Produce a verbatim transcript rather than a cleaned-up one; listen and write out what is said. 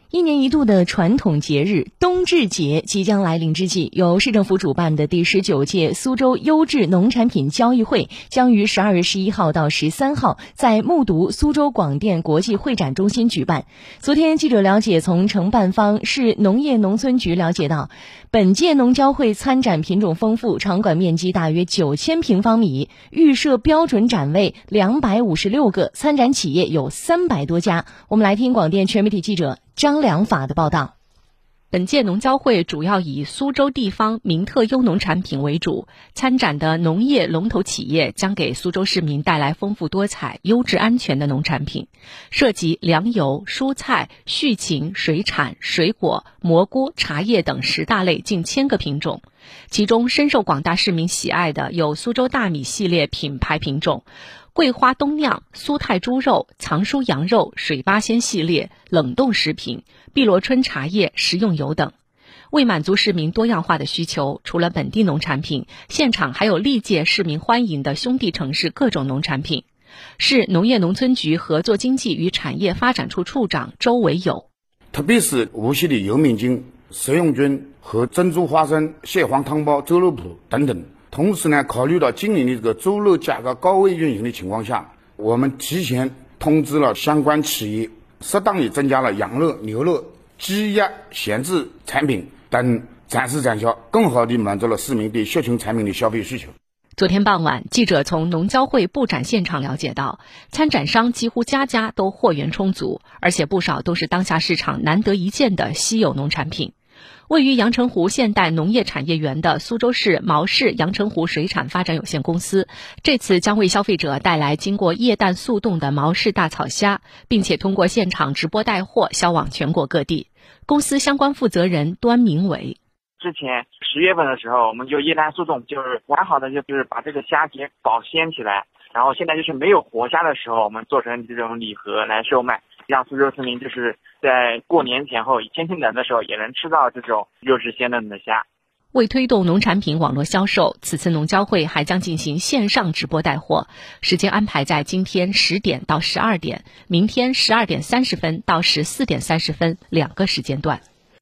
一年一度的传统节日冬至节即将来临之际，由市政府主办的第十九届苏州优质农产品交易会将于十二月十一号到十三号在木渎苏州广电国际会展中心举办。昨天记者了解，从承办方市农业农村局了解到，本届农交会参展品种丰富，场馆面积大约九千平方米，预设标准展位两百五十六个，参展企业有三百多家。我们来听广电全媒体记者张良法的报道。 本届农交会主要以苏州地方名特优农产品为主，参展的农业龙头企业将给苏州市民带来丰富多彩、优质安全的农产品，涉及粮油、蔬菜、畜禽、水产、水果、蘑菇、茶叶等十大类近千个品种。其中深受广大市民喜爱的有苏州大米系列品牌品种、桂花冬酿、苏泰猪肉、藏书羊肉、水八仙系列、冷冻食品、碧螺春茶叶、食用油等。为满足市民多样化的需求，除了本地农产品，现场还有历届市民欢迎的兄弟城市各种农产品。市农业农村局合作经济与产业发展处处长周维友， 特别是无锡的游民筋、食用菌和珍珠花生、蟹黄汤包、周肉脯等等。同时呢，考虑到今年的这个猪肉价格高位运行的情况下，我们提前通知了相关企业，适当地增加了羊肉、牛肉、鸡鸭闲置产品等展示展销，更好地满足了市民对血禽产品的消费需求。 昨天傍晚，记者从农交会布展现场了解到，参展商几乎家家都货源充足，而且不少都是当下市场难得一见的稀有农产品。位于阳澄湖现代农业产业园的苏州市毛氏阳澄湖水产发展有限公司，这次将为消费者带来经过液氮速冻的毛氏大草虾，并且通过现场直播带货销往全国各地。公司相关负责人端明伟， 之前十月份的时候，我们就液氮速冻，就是完好的就是把这个虾节保鲜起来，然后现在就是没有活虾的时候，我们做成这种礼盒来售卖，让苏州村民就是在过年前后天气冷的时候也能吃到这种优质鲜嫩的虾。 为推动农产品网络销售，此次农交会还将进行线上直播带货，时间安排在今天十点到十二点，明天十二点三十分到十四点三十分两个时间段。